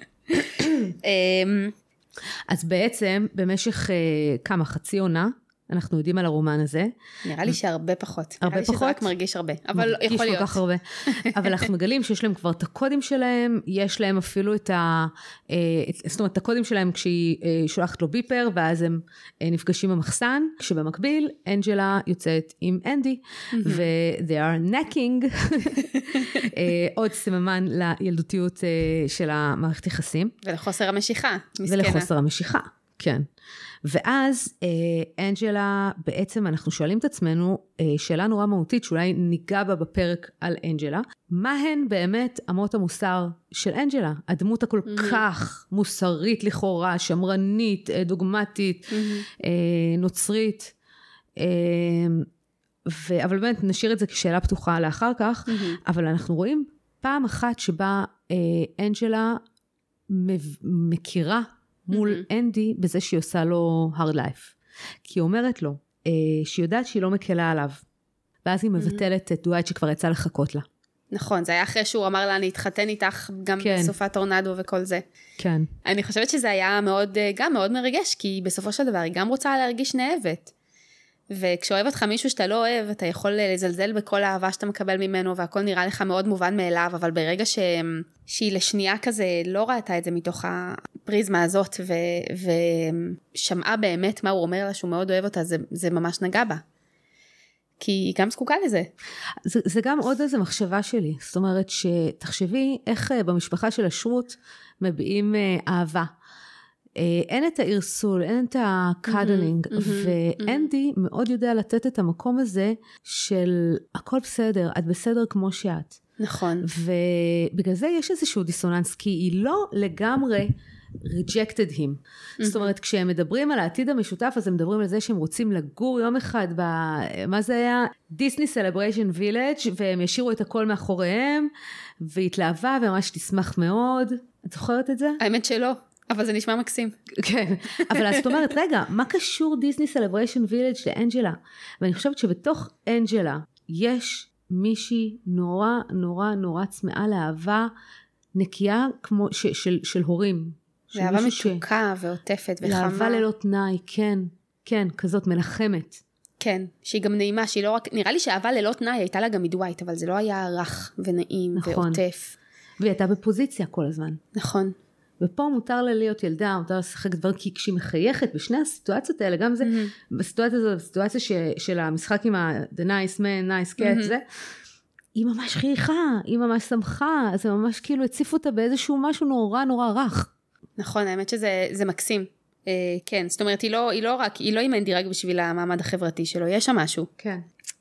אז בעצם, במשך חצי עונה, אנחנו יודעים על הרומן הזה. נראה לי שהרבה פחות. הרבה פחות? שזה רק מרגיש הרבה, אבל יכול להיות. כל כך הרבה. אבל אנחנו מגלים שיש להם כבר את הקודים שלהם, יש להם אפילו את זאת אומרת, את הקודים שלהם כשהיא שולחת לו ביפר, ואז הם נפגשים במחסן, כשבמקביל, אנג'לה יוצאת עם אנדי, ו-they are necking, עוד סממן לילדותיות של המערכת יחסים. ולחוסר המשיכה, מסכנה. ולחוסר המשיכה, כן. ואז אנג'לה, בעצם אנחנו שואלים את עצמנו, שאלה נורא מהותית, שאולי ניגע בה בפרק על אנג'לה, מה הן באמת אמות המוסר של אנג'לה? הדמות הכל כך מוסרית לכאורה, שמרנית, דוגמטית, נוצרית, אבל באמת נשאיר את זה כשאלה פתוחה לאחר כך, אבל אנחנו רואים פעם אחת שבה אנג'לה מכירה, מול אנדי בזה שהיא עושה לו hard life. כי היא אומרת לו שהיא יודעת שהיא לא מקלה עליו. ואז היא מבטלת את דווייט שכבר יצא לחכות לה. נכון, זה היה אחרי שהוא אמר לה, אני אתחתן איתך גם בסופת טורנדו וכל זה. כן. אני חושבת שזה היה גם מאוד מרגש, כי בסופו של דבר היא גם רוצה להרגיש נאהבת. וכשאוהב אותך מישהו שאתה לא אוהב, אתה יכול לזלזל בכל האהבה שאתה מקבל ממנו, והכל נראה לך מאוד מובן מאליו, אבל ברגע שהיא לשנייה כזה לא ראתה את זה מתוך הפריזמה הזאת, ושמעה באמת מה הוא אומר לה שהוא מאוד אוהב אותה, זה ממש נגע בה. כי היא גם זקוקה לזה. זה גם עוד איזו מחשבה שלי, זאת אומרת שתחשבי איך במשפחה של השרות מביעים אהבה. אין את האירסול, אין את הקאדלינג, ואנדי מאוד יודע לתת את המקום הזה של הכל בסדר, את בסדר כמו שאת. נכון. ובגלל זה יש איזשהו דיסוננס, כי היא לא לגמרי rejected him. זאת אומרת, כשהם מדברים על העתיד המשותף, אז הם מדברים על זה שהם רוצים לגור יום אחד מה זה היה? דיסני סלבריישן וילג' והם ישירו את הכל מאחוריהם, והתלהבה וממש תשמח מאוד. את זוכרת את זה? האמת שלא. אבל זה נשמע מקסים. כן, אבל אז את אומרת, רגע, מה קשור דיסני סלבריישן וילג' לאנג'לה? ואני חושבת שבתוך אנג'לה יש מישהי נורא נורא נורא צמאה לאהבה נקייה כמו של הורים. לאהבה מתוקה ועוטפת וחמה. לאהבה ללא תנאי, כן, כן, כזאת מלחמת. כן, שהיא גם נעימה, שהיא לא רק, נראה לי שאהבה ללא תנאי הייתה לה גם מדווייט, אבל זה לא היה רך ונעים ועוטף. והיא הייתה בפוזיציה כל הזמן. נכון. ופה מותר לה להיות ילדה, מותר לשחק דבר, כי כשהיא מחייכת בשני הסיטואציות האלה, גם זה, בסיטואציה הזאת, בסיטואציה של המשחק עם the nice man, nice cat, זה, היא ממש חייכה, היא ממש שמחה, זה ממש כאילו הציף אותה באיזשהו משהו נורא נורא רך. נכון, האמת שזה מקסים. כן, זאת אומרת, היא לא עם אנדי רק בשביל המעמד החברתי שלו, יש שם משהו. כן.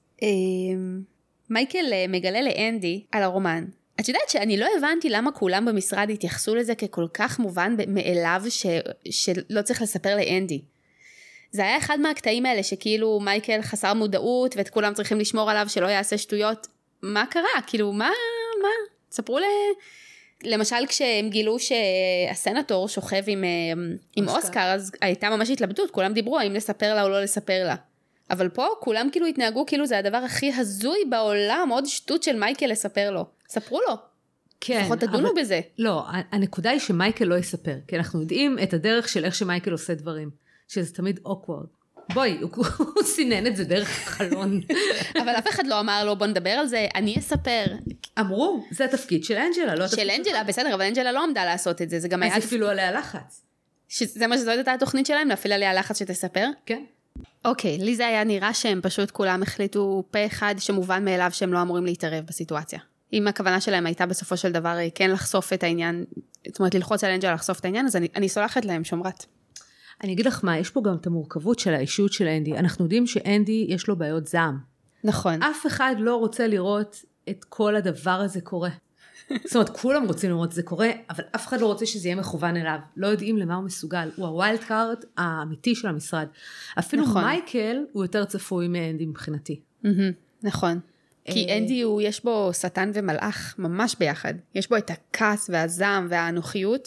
מייקל מגלה לאנדי על הרומן. את יודעת שאני לא הבנתי למה כולם במשרד התייחסו לזה ככל כך מובן מאליו שלא צריך לספר לאנדי. זה היה אחד מהקטעים האלה שכאילו מייקל חסר מודעות ואת כולם צריכים לשמור עליו שלא יעשה שטויות. מה קרה? כאילו מה? ספרו למשל כשהם גילו שהסנטור שוכב עם אוסקר, אז הייתה ממש התלבטות, כולם דיברו האם לספר לה או לא לספר לה. אבל פה כולם כאילו התנהגו כאילו זה הדבר הכי הזוי בעולם, עוד שטות של מייקל לספר לו. ספרו לו. כן. לפחות תדונו בזה. לא, הנקודה היא שמייקל לא יספר, כי אנחנו יודעים את הדרך של איך שמייקל עושה דברים, שזה תמיד awkward. בואי, הוא סינן את זה דרך חלון. אבל אף אחד לא אמר לו, בוא נדבר על זה, אני אספר. אמרו, זה התפקיד של אנג'לה, לא התפקיד של אנג'לה, בסדר, אבל אנג'לה לא עמדה לעשות את זה, זה גם היה... אז אפילו עליה לחץ. זה מה שזאת הייתה התוכנית שלהם, להפעיל עליה לחץ שתספר? כן. אוקיי, לי זה היה נראה שהם פשוט כולם החליטו פה אחד שמובן מאליו שהם לא אמורים להתערב בסיטואציה. אם הכוונה שלהם הייתה בסופו של דבר כן לחשוף את העניין, זאת אומרת ללחוץ על אנג'לה לחשוף את העניין, אז אני סולחת להם, שומרת. אני אגיד לך מה, יש פה גם את המורכבות של האישות של אנדי. אנחנו יודעים שאנדי יש לו בעיות זעם. נכון. אף אחד לא רוצה לראות את כל הדבר הזה קורה. זאת אומרת, כולם רוצים לראות את זה קורה, אבל אף אחד לא רוצה שזה יהיה מכוון אליו. לא יודעים למה הוא מסוגל. הוא הווילד קארד האמיתי של המשרד. אפילו נכון. מייקל הוא יותר צפוי מאנדי מבחינתי. נכון. כי אנדי יש בו שטן ומלאך ממש ביחד. יש בו את הכעס והזעם והאנוכיות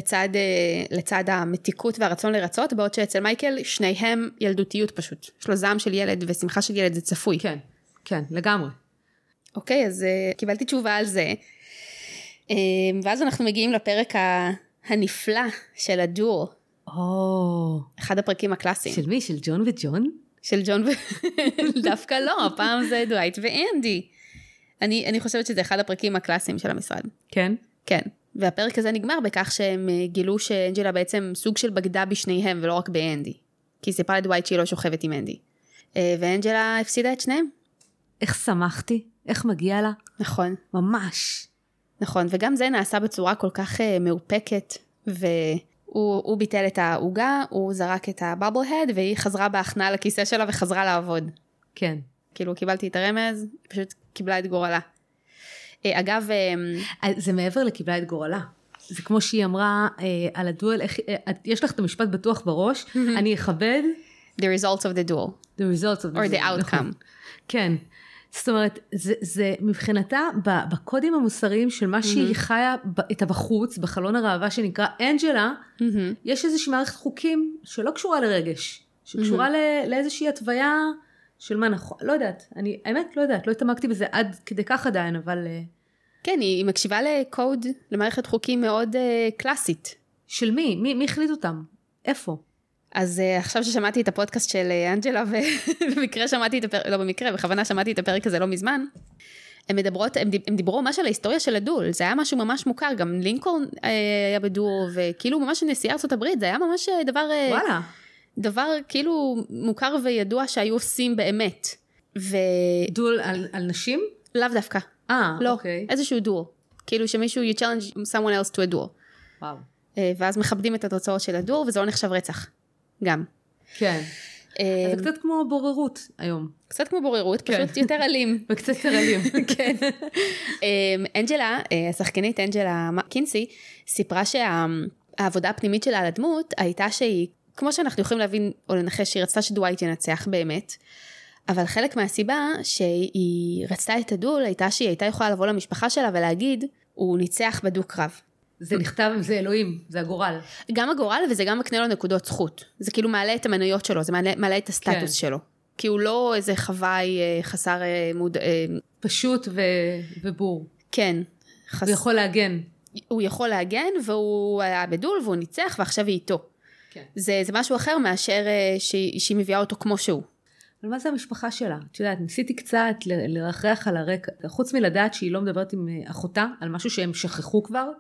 לצד המתיקות והרצון לרצות, בעוד שאצל מייקל שניהם ילדותיות פשוט. יש לו זעם של ילד ושמחה של ילד, זה צפוי. כן, כן, לגמרי. אוקיי, אז קיבלתי תשובה על זה. ואז אנחנו מגיעים לפרק הנפלא של הדור. אחד הפרקים הקלאסיים. של מי? של ג'ון וג'ון? של ג'ון דווקא לא, הפעם זה דווייט ואנדי. אני חושבת שזה אחד הפרקים הקלאסיים של המשרד. כן? כן. והפרק הזה נגמר בכך שהם גילו שאנג'לה בעצם סוג של בגדה בשניהם ולא רק באנדי. כי סיפרה לדווייט שהיא לא שוכבת עם אנדי. ואנג'לה הפסידה את שניהם. איך שמחתי, איך מגיע לה. נכון. ממש. נכון, וגם זה נעשה בצורה כל כך מאופקת הוא ביטל את העוגה, הוא זרק את הבאבל-הד, והיא חזרה בהכנעה לכיסא שלה וחזרה לעבוד. כן. כאילו קיבלתי את הרמז, פשוט קיבלה את גורלה. אגב... זה מעבר לקיבלה את גורלה. זה כמו שהיא אמרה על הדואל, יש לך את המשפט בטוח בראש, אני אכבד... The results of the duel. The results of the duel. Or the outcome. כן. זאת אומרת, זה מבחינתה, בקודים המוסריים של מה שהיא חיה את הבחוץ, בחלון הראווה שנקרא אנג'לה, יש איזושהי מערכת חוקים שלא קשורה לרגש, שקשורה לאיזושהי התוויה של מה נכון, לא יודעת, אני האמת לא יודעת, לא התעמקתי בזה עד כדי כך עדיין, אבל... כן, היא מקשיבה לקוד, למערכת חוקים מאוד קלאסית. של מי? מי החליט אותם? איפה? אז עכשיו ששמעתי את הפודקאסט של אנג'לה, ובמקרה שמעתי את הפרק, לא במקרה, בכוונה שמעתי את הפרק הזה לא מזמן, הם דיברו ממש על ההיסטוריה של הדול, זה היה משהו ממש מוכר, גם לינקולן היה בדול, וכאילו ממש נשיאי ארצות הברית, זה היה ממש דבר כאילו מוכר וידוע שהיו עושים באמת. דול על נשים? לאו דווקא. לא, איזשהו דול. כאילו שמישהו you challenge someone else to a duel. וואו. ואז מכבדים את התוצאות של הדול, וזה לא נחשב רצח. גם. כן. זה קצת כמו בוררות היום. קצת כמו בוררות, פשוט יותר אלים. וקצת יותר אלים. כן. אנג'לה, השחקנית אנג'לה קינסי, סיפרה שהעבודה הפנימית שלה על הדמות, הייתה שהיא, כמו שאנחנו יכולים להבין או לנחש, שהיא רצתה שדווייט ינצח באמת, אבל חלק מהסיבה שהיא רצתה את הדול, הייתה שהיא הייתה יכולה לבוא למשפחה שלה ולהגיד, הוא ניצח בדוק קרב. זה נכתב, זה אלוהים, זה הגורל. גם הגורל וזה גם מקנה לו נקודות זכות. זה כאילו מעלה את המנויות שלו, זה מעלה את הסטטוס שלו. כי הוא לא איזה חוואי חסר פשוט ובור. כן. הוא יכול להגן. הוא יכול להגן והוא היה בדול והוא ניצח ועכשיו היא איתו. זה משהו אחר מאשר שהיא מביאה אותו כמו שהוא. אבל מה זה המשפחה שלה? את יודעת, ניסיתי קצת לרחרח על הרקע, חוץ מלדעת שהיא לא מדברת עם אחותה, על משהו שהם שכחו כבר.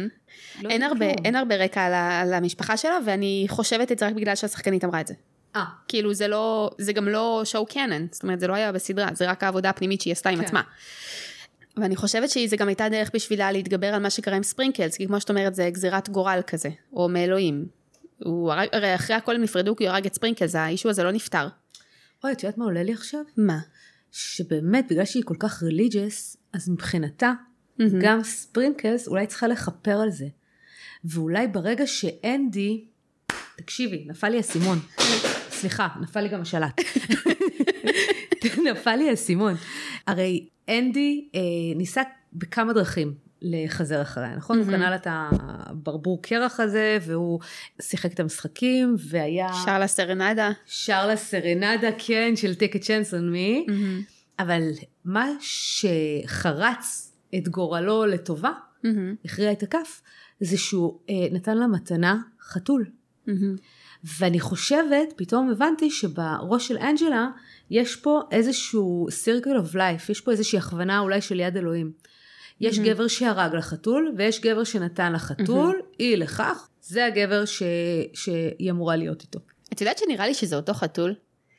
אין הרבה רקע על המשפחה שלה, ואני חושבת את זה רק בגלל שהשחקנית אמרה את זה. כאילו זה גם לא שואו קאנן, זאת אומרת זה לא היה בסדרה, זה רק העבודה הפנימית שהיא עשתה עם עצמה. ואני חושבת שזה גם הייתה דרך בשבילה להתגבר על מה שקרה עם ספרינקלס, כי כמו שאת אומרת זה גזירת גורל כזה, או מאלוהים. הרי אחרי הכל הם נפרדו כי הוא הרג את ספרינקלס, האישו הזה לא נפטר. אוי, את יודעת מה עולה לי עכשיו? מה? שבאמת, בגלל שהיא כל כך ריליג'ס, אז מבחינתה, גם ספרינקלס אולי צריכה לחפר על זה. ואולי ברגע שאנדי, תקשיבי, נפל לי הסימון. סליחה, נפל לי גם השלט. נפל לי הסימון. הרי אנדי ניסה בכמה דרכים לחזר אחריה, נכון? הוא קנה לה את הברבור קרח הזה, והוא שיחק את המשחקים, והיה... שר לה סרנדה, כן, של Take a Chance on Me, אבל מה שחרץ את גורלו לטובה, הכריע את הכף, זה שהוא נתן לה מתנה חתול. ואני חושבת, פתאום הבנתי שבראש של אנג'לה, יש פה איזשהו circle of life, יש פה איזושהי הכוונה אולי של יד אלוהים. יש גבר שהרג לחתול, ויש גבר שנתן לחתול, היא לכך, זה הגבר שהיא אמורה להיות איתו. את יודעת שנראה לי שזה אותו חתול?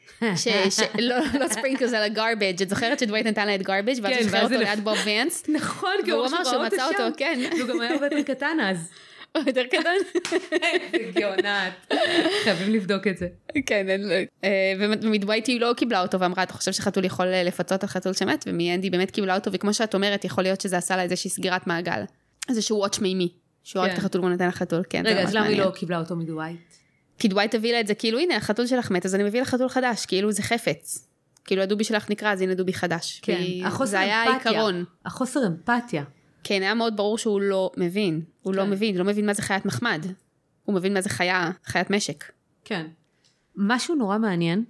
לא ספרינג כזה לגארבג', את זוכרת שדווייט נתן לה את גארבג' ואז הוא שחרר אותו ליד בוב ויאנס? נכון, כי הוא אמר שהוא מצא אותו, כן. הוא גם היה הרבה יותר קטן אז. יותר קטן? זה גאונת. חייבים לבדוק את זה. כן, ומדווייט היא לא קיבלה אותו ואמרה, אתה חושב שחתול יכול לפצות על חתול שמת? ומאנדי באמת קיבלה אותו, וכמו שאת אומרת, יכול להיות שזה עשה לה איזושהי סגירת מעגל. איזשהו watch מימי, שהוא רק את החתול ונתן לחתול, כן. רגע, אז למה היא לא קיבלה אותו מדווייט? כי דווייט הביא לה את זה, כאילו הנה החתול שלך מת, אז אני מביא לך חתול חדש, כאילו זה חפץ. כאילו הדובי שלך נקרא, אז הנה דובי חדש. כן, זה היה העיקרון. החוסר אמפתיה. כן, היה מאוד ברור שהוא לא מבין. הוא לא מבין מה זה חיית מחמד. הוא מבין מה זה חיית משק. כן. משהו נורא מעניין,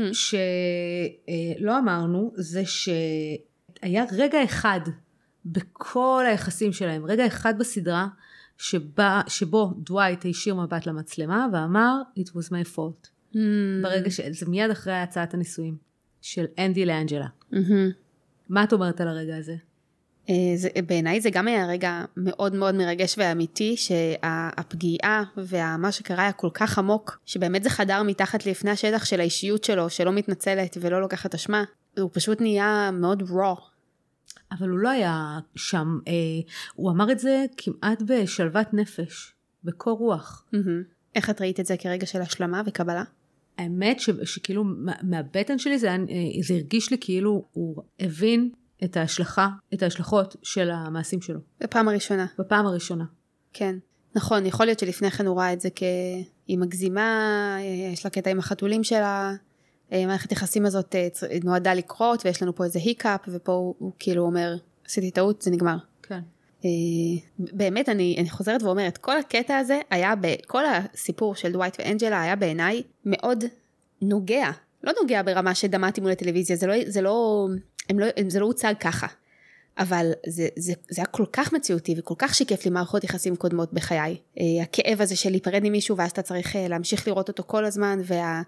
שלא אמרנו, זה שהיה רגע אחד בכל היחסים שלהם, רגע אחד בסדרה, שבו דווייט הישיר מבט למצלמה, ואמר, it was my fault. ברגע זה מיד אחרי הצעת הנישואים, של אנדי לאנג'לה. מה את אומרת על הרגע הזה? בעיניי זה גם היה רגע מאוד מאוד מרגש ואמיתי, שהפגיעה ומה שקרה היה כל כך עמוק, שבאמת זה חדר מתחת לפני השטח של האישיות שלו, שלא מתנצלת ולא לוקחת אשמה, הוא פשוט נהיה מאוד raw. אבל הוא לא היה שם, הוא אמר את זה כמעט בשלוות נפש, בקור רוח. איך את ראית את זה כרגע של השלמה וקבלה? האמת שכאילו מהבטן שלי זה הרגיש לי כאילו הוא הבין את ההשלכות של המעשים שלו. בפעם הראשונה. בפעם הראשונה. כן. נכון, יכול להיות שלפני כן הוא ראה את זה כאי מגזימה, יש לה קטע עם החתולים שלה, מערכת יחסים הזאת נועדה לקרות, ויש לנו פה איזה היקאפ, ופה הוא כאילו אומר, עשיתי טעות, זה נגמר. כן. באמת, אני חוזרת ואומרת, כל הקטע הזה היה, כל הסיפור של דווייט ואנג'לה היה בעיניי מאוד נוגע. לא נוגע ברמה שדמעתי מול הטלוויזיה, זה לא הוצג ככה. אבל זה היה כל כך מציאותי וכל כך שיקף לי מערכות יחסים קודמות בחיי. הכאב הזה של להיפרד ממישהו, ואז אתה צריך להמשיך לראות אותו כל הזמן,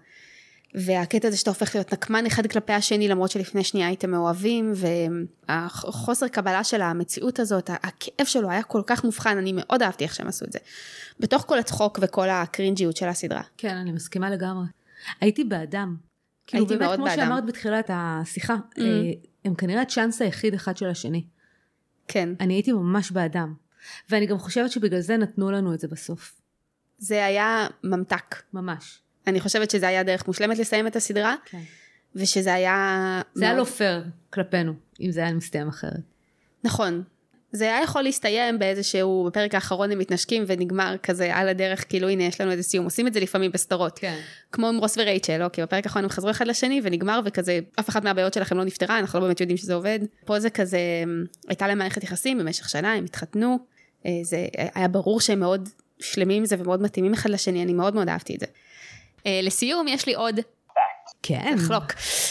והקטע הזה שאתה הופך להיות נקמן אחד כלפי השני, למרות שלפני שנייה הייתם מאוהבים, והחוסר קבלה של המציאות הזאת, הכאב שלו היה כל כך מובחן, אני מאוד אהבתי איך שהם עשו את זה. בתוך כל הצחוק וכל הקרינג'יות של הסדרה. כן, אני מסכימה לגמרי. הייתי באדם. הייתי מאוד כמו באדם. שאמרת בתחילת השיחה, הם כנראה הצ'אנס היחיד אחד של השני. כן. אני הייתי ממש באדם. ואני גם חושבת שבגלל זה נתנו לנו את זה בסוף. זה היה ממתק. ממש. אני חושבת שזה היה דרך מושלמת לסיים את הסדרה, כן. ושזה היה... זה היה לא פייר כלפינו, אם זה היה מסתיים אחרת. נכון. זה היה יכול להסתיים באיזשהו, בפרק האחרון הם מתנשקים ונגמר כזה על הדרך, כאילו הנה יש לנו איזה סיום, עושים את זה לפעמים בסדרות. כן. כמו עם רוס ורייצ'ל, אוקיי, בפרק האחרון הם חזרו אחד לשני ונגמר וכזה, אף אחד מהבעיות שלכם לא נפתרה, אנחנו לא באמת יודעים שזה עובד. פה זה כזה, הייתה להם מערכת יחסים במשך שנה, הם התחתנו, זה היה ברור שהם מאוד שלמים זה ומאוד מתאימים אחד לשני, אני מאוד מאוד אהבתי את זה. לסיום יש לי עוד כן. לחלוק.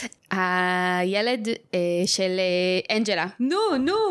הילד של אנג'לה. נו.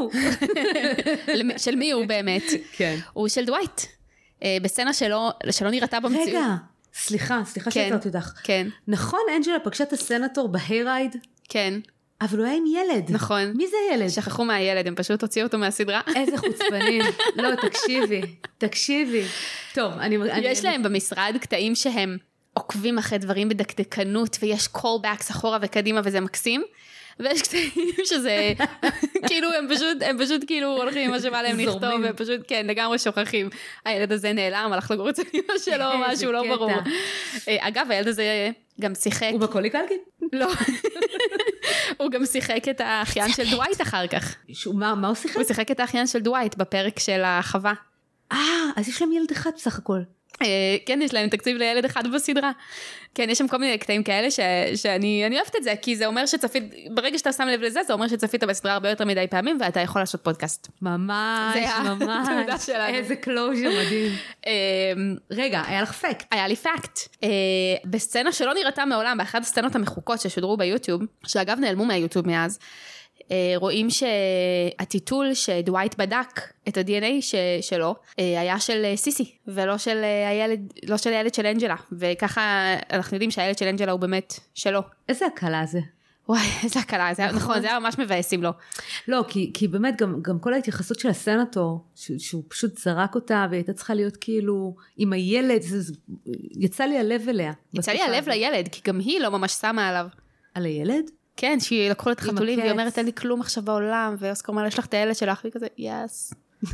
של מי הוא באמת? כן. הוא של דווייט. בסצנה שלא נראתה במציאות. רגע, סליחה שעצרתי אותך. כן. נכון, אנג'לה פגשה את הסנטור בהיירייד? כן. אבל הוא היה עם ילד. נכון. מי זה ילד? שכחו מהילד, הם פשוט הוציאו אותו מהסדרה. איזה חוצפנים. לא, תקשיבי. טוב, יש להם במשרד קטעים שהם עוקבים אחרי דברים בדקדקנות, ויש callbacks אחורה וקדימה, וזה מקסים. ויש קטעים שזה, כאילו, הם פשוט כאילו הולכים מה שבא להם לכתוב, והם פשוט, כן, לגמרי שוכחים. הילד הזה נעלם, הלך לגור אצל אמא שלו, משהו לא ברור. אגב, הילד הזה גם שיחק... הוא בקולי קלקין? לא. הוא גם שיחק את האחיין של דווייט אחר כך. מה הוא שיחק? הוא שיחק את האחיין של דווייט בפרק של החווה. אז יש להם ילד אחד בסך הכל. כן, יש להם תקציב לילד אחד בסדרה. כן, יש שם כל מיני קטעים כאלה שאני אוהבת את זה, כי זה אומר שצפית, ברגע שאתה שם לב לזה, זה אומר שצפית בסדרה הרבה יותר מדי פעמים, ואתה יכול לעשות פודקאסט. ממש, זה ממש. התעודה שלנו. איזה קלוז'ר מדהים. רגע, היה לך פקט. היה לי פקט. בסצנה שלא נראתה מעולם, באחת הסצנות המחוקות ששודרו ביוטיוב, שאגב נעלמו מהיוטיוב מאז, רואים שהטיטול שדווייט בדק את ה-DNA שלו, היה של סיסי, ולא של הילד של אנג'לה, וככה אנחנו יודעים שהילד של אנג'לה הוא באמת שלו. איזה הקלה זה? וואי, איזה הקלה, נכון, זה היה ממש מבאסים לו. לא, כי באמת גם כל ההתייחסות של הסנטור, שהוא פשוט זרק אותה, והיא הייתה צריכה להיות כאילו עם הילד, יצא לי הלב אליה. יצא לי הלב לילד, כי גם היא לא ממש שמה עליו. על הילד? כן, שהיא לקחו את החתולים, והיא אומרת, אין לי כלום עכשיו בעולם, ואוסקר אומר, יש לך את הילד שלך, והיא כזה, יס.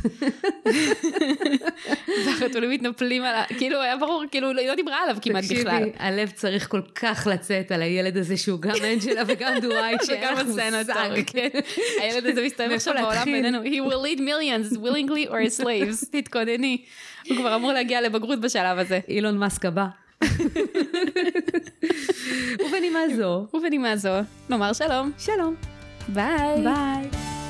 והחתולים מתנפלים עליו, כאילו היה ברור, כאילו היא לא דיברה עליו כמעט בכלל. תקשיבי, הלב צריך כל כך לצאת על הילד הזה, שהוא גם אנג'לה וגם דווייט, וגם הסנטור, כן. הילד הזה מסתובב עכשיו בעולם בינינו, he will lead millions, willingly or as slaves, תתכונני. הוא כבר אמור להגיע לבגרות בשלב הזה. אילון מאסק הבא. ובנימה זו, נאמר שלום. שלום. ביי. ביי.